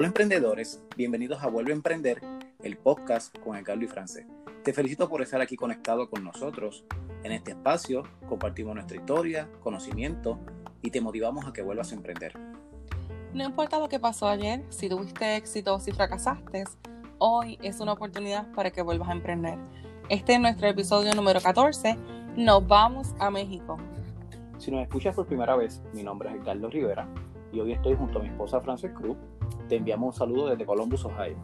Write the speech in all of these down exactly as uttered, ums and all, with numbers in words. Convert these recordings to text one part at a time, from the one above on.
Hola emprendedores, bienvenidos a Vuelve a Emprender, el podcast con Edgardo y Francés. Te felicito por estar aquí conectado con nosotros. En este espacio compartimos nuestra historia, conocimiento y te motivamos a que vuelvas a emprender. No importa lo que pasó ayer, si tuviste éxito o si fracasaste, hoy es una oportunidad para que vuelvas a emprender. Este es nuestro episodio número catorce. Nos vamos a México. Si nos escuchas por primera vez, mi nombre es Edgardo Rivera y hoy estoy junto a mi esposa Frances Cruz. Te enviamos un saludo desde Columbus, Ohio.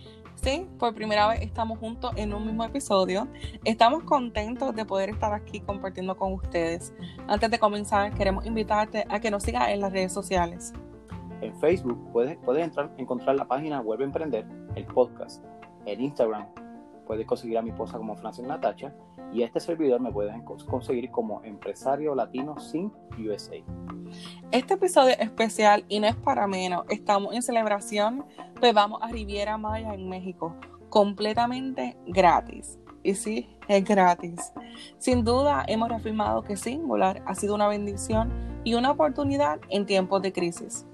Sí, por primera vez estamos juntos en un mismo episodio. Estamos contentos de poder estar aquí compartiendo con ustedes. Antes de comenzar, queremos invitarte a que nos sigas en las redes sociales. En Facebook puedes, puedes entrar, encontrar la página Vuelve a Emprender, el podcast. En Instagram puedes conseguir a mi esposa como Frances Natacha y a este servidor me puedes conseguir como Empresario Latino Sin U S A. Este episodio es especial y no es para menos. Estamos en celebración, pues vamos a Riviera Maya en México, completamente gratis. Y sí, es gratis. Sin duda, hemos reafirmado que Singular ha sido una bendición y una oportunidad en tiempos de crisis.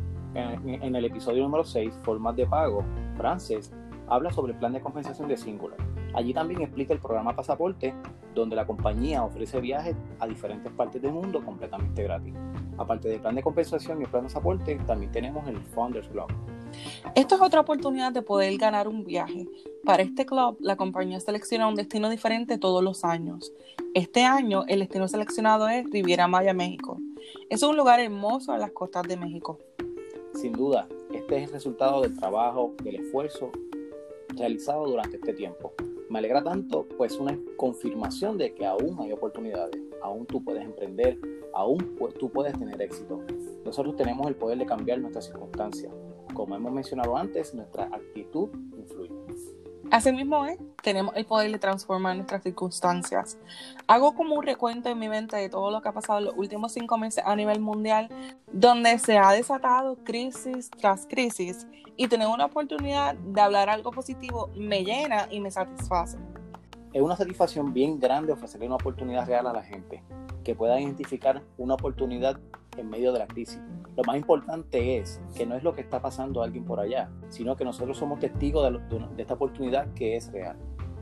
En, en el episodio número seis, Formas de Pago, Frances habla sobre el plan de compensación de Singular. Allí también explica el programa Pasaporte, donde la compañía ofrece viajes a diferentes partes del mundo completamente gratis. Aparte del plan de compensación y el plan de pasaporte, también tenemos el Founders Club. Esto es otra oportunidad de poder ganar un viaje. Para este club, la compañía selecciona un destino diferente todos los años. Este año, el destino seleccionado es Riviera Maya, México. Es un lugar hermoso en las costas de México. Sin duda, este es el resultado del trabajo, del esfuerzo realizado durante este tiempo. Me alegra tanto, pues una confirmación de que aún hay oportunidades, aún tú puedes emprender, aún tú puedes tener éxito. Nosotros tenemos el poder de cambiar nuestras circunstancias. Como hemos mencionado antes, nuestra actitud influye. Asimismo es, tenemos el poder de transformar nuestras circunstancias. Hago como un recuento en mi mente de todo lo que ha pasado en los últimos cinco meses a nivel mundial, donde se ha desatado crisis tras crisis, y tener una oportunidad de hablar algo positivo me llena y me satisface. Es una satisfacción bien grande ofrecerle una oportunidad real a la gente, que pueda identificar una oportunidad en medio de la crisis. Lo más importante es que no es lo que está pasando a alguien por allá, sino que nosotros somos testigos de, lo, de esta oportunidad que es real.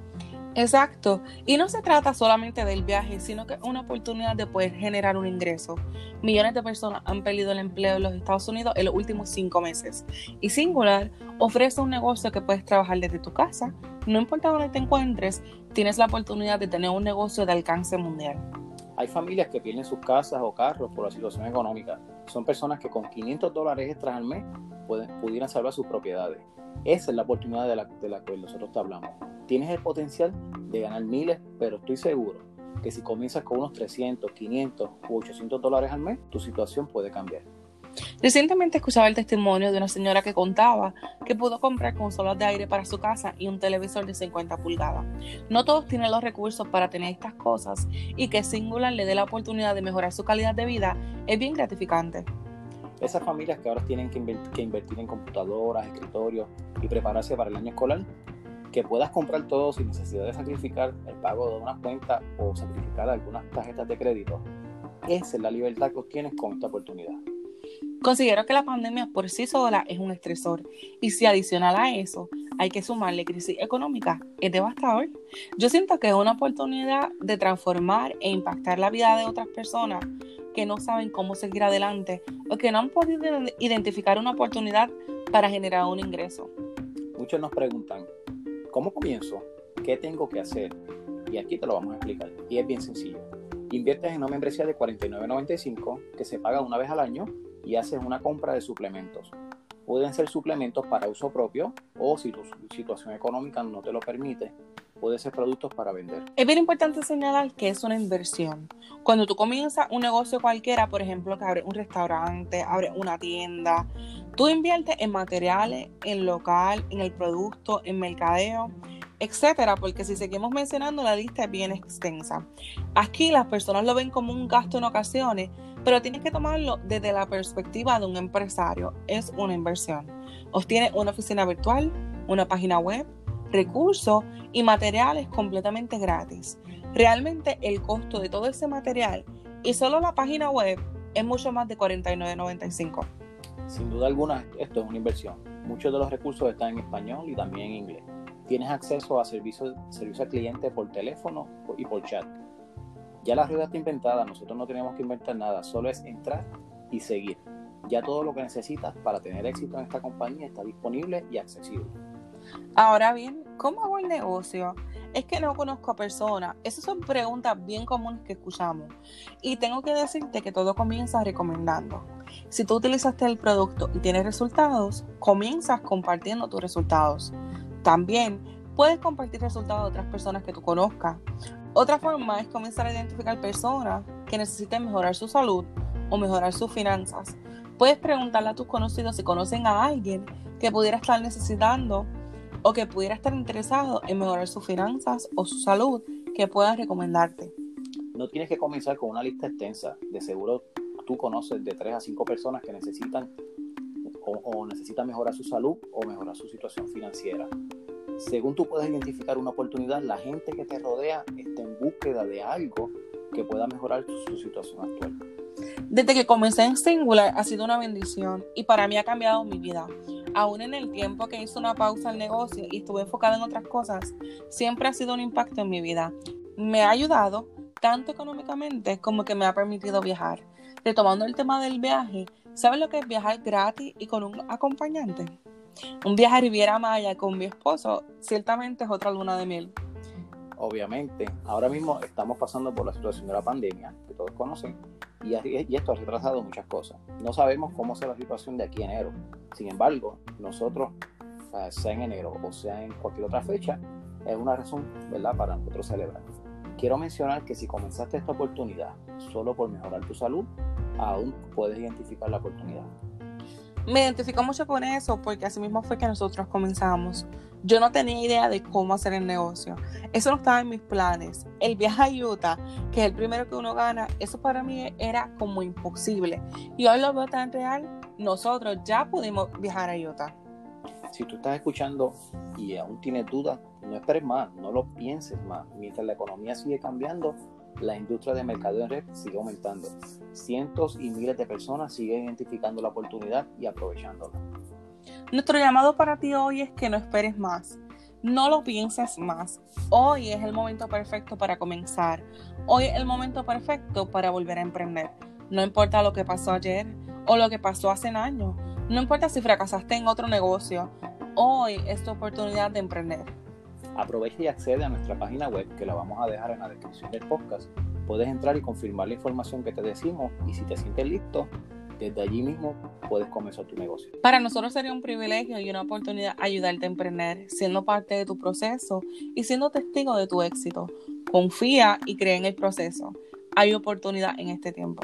Exacto, y no se trata solamente del viaje, sino que es una oportunidad de poder generar un ingreso. Millones de personas han perdido el empleo en los Estados Unidos en los últimos cinco meses, y Singular ofrece un negocio que puedes trabajar desde tu casa. No importa dónde te encuentres, tienes la oportunidad de tener un negocio de alcance mundial. Hay familias que pierden sus casas o carros por la situación económica. Son personas que con quinientos dólares extras al mes pueden, pudieran salvar sus propiedades. Esa es la oportunidad de la, de la que nosotros te hablamos. Tienes el potencial de ganar miles, pero estoy seguro que si comienzas con unos trescientos, quinientos u ochocientos dólares al mes, tu situación puede cambiar. Recientemente escuchaba el testimonio de una señora que contaba que pudo comprar consolas de aire para su casa y un televisor de cincuenta pulgadas. No todos tienen los recursos para tener estas cosas, y que Singular le dé la oportunidad de mejorar su calidad de vida es bien gratificante. Esas familias que ahora tienen que invertir, que invertir en computadoras, escritorios y prepararse para el año escolar, que puedas comprar todo sin necesidad de sacrificar el pago de una cuenta o sacrificar algunas tarjetas de crédito. Esa es la libertad que obtienes con esta oportunidad. Considero que la pandemia por sí sola es un estresor, y si adicional a eso hay que sumarle crisis económica, es devastador. Yo siento que es una oportunidad de transformar e impactar la vida de otras personas que no saben cómo seguir adelante o que no han podido identificar una oportunidad para generar un ingreso. Muchos nos preguntan, ¿cómo comienzo? ¿Qué tengo que hacer? Y aquí te lo vamos a explicar, y es bien sencillo. Inviertes en una membresía de cuarenta y nueve noventa y cinco que se paga una vez al año y haces una compra de suplementos. Pueden ser suplementos para uso propio o si tu situación económica no te lo permite, pueden ser productos para vender. Es bien importante señalar que es una inversión. Cuando tú comienzas un negocio cualquiera, por ejemplo, que abres un restaurante, abres una tienda, tú inviertes en materiales, en local, en el producto, en mercadeo, etcétera, porque si seguimos mencionando, la lista es bien extensa. Aquí las personas lo ven como un gasto en ocasiones, pero tienes que tomarlo desde la perspectiva de un empresario. Es una inversión. Obtienes una oficina virtual, una página web, recursos y materiales completamente gratis. Realmente el costo de todo ese material y solo la página web es mucho más de cuarenta y nueve noventa y cinco. Sin duda alguna, esto es una inversión. Muchos de los recursos están en español y también en inglés. Tienes acceso a servicios servicio al cliente por teléfono y por chat. Ya la rueda está inventada, nosotros no tenemos que inventar nada, solo es entrar y seguir. Ya todo lo que necesitas para tener éxito en esta compañía está disponible y accesible. Ahora bien, ¿cómo hago el negocio? Es que no conozco a personas. Esas son preguntas bien comunes que escuchamos. Y tengo que decirte que todo comienza recomendando. Si tú utilizaste el producto y tienes resultados, comienzas compartiendo tus resultados. También puedes compartir resultados de otras personas que tú conozcas. Otra forma es comenzar a identificar personas que necesiten mejorar su salud o mejorar sus finanzas. Puedes preguntarle a tus conocidos si conocen a alguien que pudiera estar necesitando o que pudiera estar interesado en mejorar sus finanzas o su salud, que puedas recomendarte. No tienes que comenzar con una lista extensa. De seguro tú conoces de tres a cinco personas que necesitan o, o necesitan mejorar su salud o mejorar su situación financiera. Según tú puedes identificar una oportunidad, la gente que te rodea está en búsqueda de algo que pueda mejorar su, su situación actual. Desde que comencé en Singular ha sido una bendición y para mí ha cambiado mi vida. Aún en el tiempo que hice una pausa al negocio y estuve enfocada en otras cosas, siempre ha sido un impacto en mi vida. Me ha ayudado tanto económicamente como que me ha permitido viajar. Retomando el tema del viaje, ¿sabes lo que es viajar gratis y con un acompañante? Un viaje a Riviera Maya con mi esposo ciertamente es otra luna de miel. Obviamente, ahora mismo estamos pasando por la situación de la pandemia, que todos conocen, y, y esto ha retrasado muchas cosas. No sabemos cómo será la situación de aquí a enero. Sin embargo, nosotros, uh, sea en enero o sea en cualquier otra fecha, es una razón, ¿verdad?, para nosotros celebrar. Quiero mencionar que si comenzaste esta oportunidad solo por mejorar tu salud, aún puedes identificar la oportunidad. Me identifico mucho con eso porque así mismo fue que nosotros comenzamos. Yo no tenía idea de cómo hacer el negocio. Eso no estaba en mis planes. El viaje a Utah, que es el primero que uno gana, eso para mí era como imposible. Y hoy lo veo tan real. Nosotros ya pudimos viajar a Utah. Si tú estás escuchando y aún tienes dudas, no esperes más, no lo pienses más. Mientras la economía sigue cambiando, la industria de mercado en red sigue aumentando. Cientos y miles de personas siguen identificando la oportunidad y aprovechándola. Nuestro llamado para ti hoy es que no esperes más. No lo pienses más. Hoy es el momento perfecto para comenzar. Hoy es el momento perfecto para volver a emprender. No importa lo que pasó ayer o lo que pasó hace años. No importa si fracasaste en otro negocio. Hoy es tu oportunidad de emprender. Aprovecha y accede a nuestra página web, que la vamos a dejar en la descripción del podcast. Puedes entrar y confirmar la información que te decimos, y si te sientes listo, desde allí mismo puedes comenzar tu negocio. Para nosotros sería un privilegio y una oportunidad ayudarte a emprender, siendo parte de tu proceso y siendo testigo de tu éxito. Confía y cree en el proceso. Hay oportunidad en este tiempo.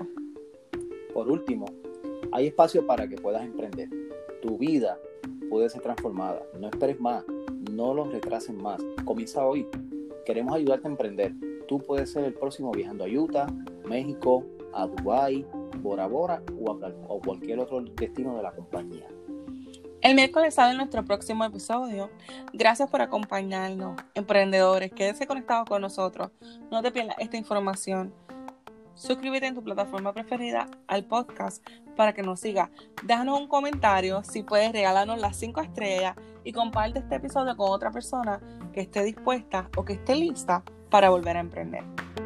Por último, hay espacio para que puedas emprender. Tu vida puede ser transformada. No esperes más. No los retrasen más. Comienza hoy. Queremos ayudarte a emprender. Tú puedes ser el próximo viajando a Utah, México, a Dubái, Bora Bora o, a, o cualquier otro destino de la compañía. El miércoles sale nuestro próximo episodio. Gracias por acompañarnos, emprendedores. Quédese conectado con nosotros. No te pierdas esta información. Suscríbete en tu plataforma preferida al podcast para que nos siga. Déjanos un comentario, si puedes regalarnos las cinco estrellas y comparte este episodio con otra persona que esté dispuesta o que esté lista para volver a emprender.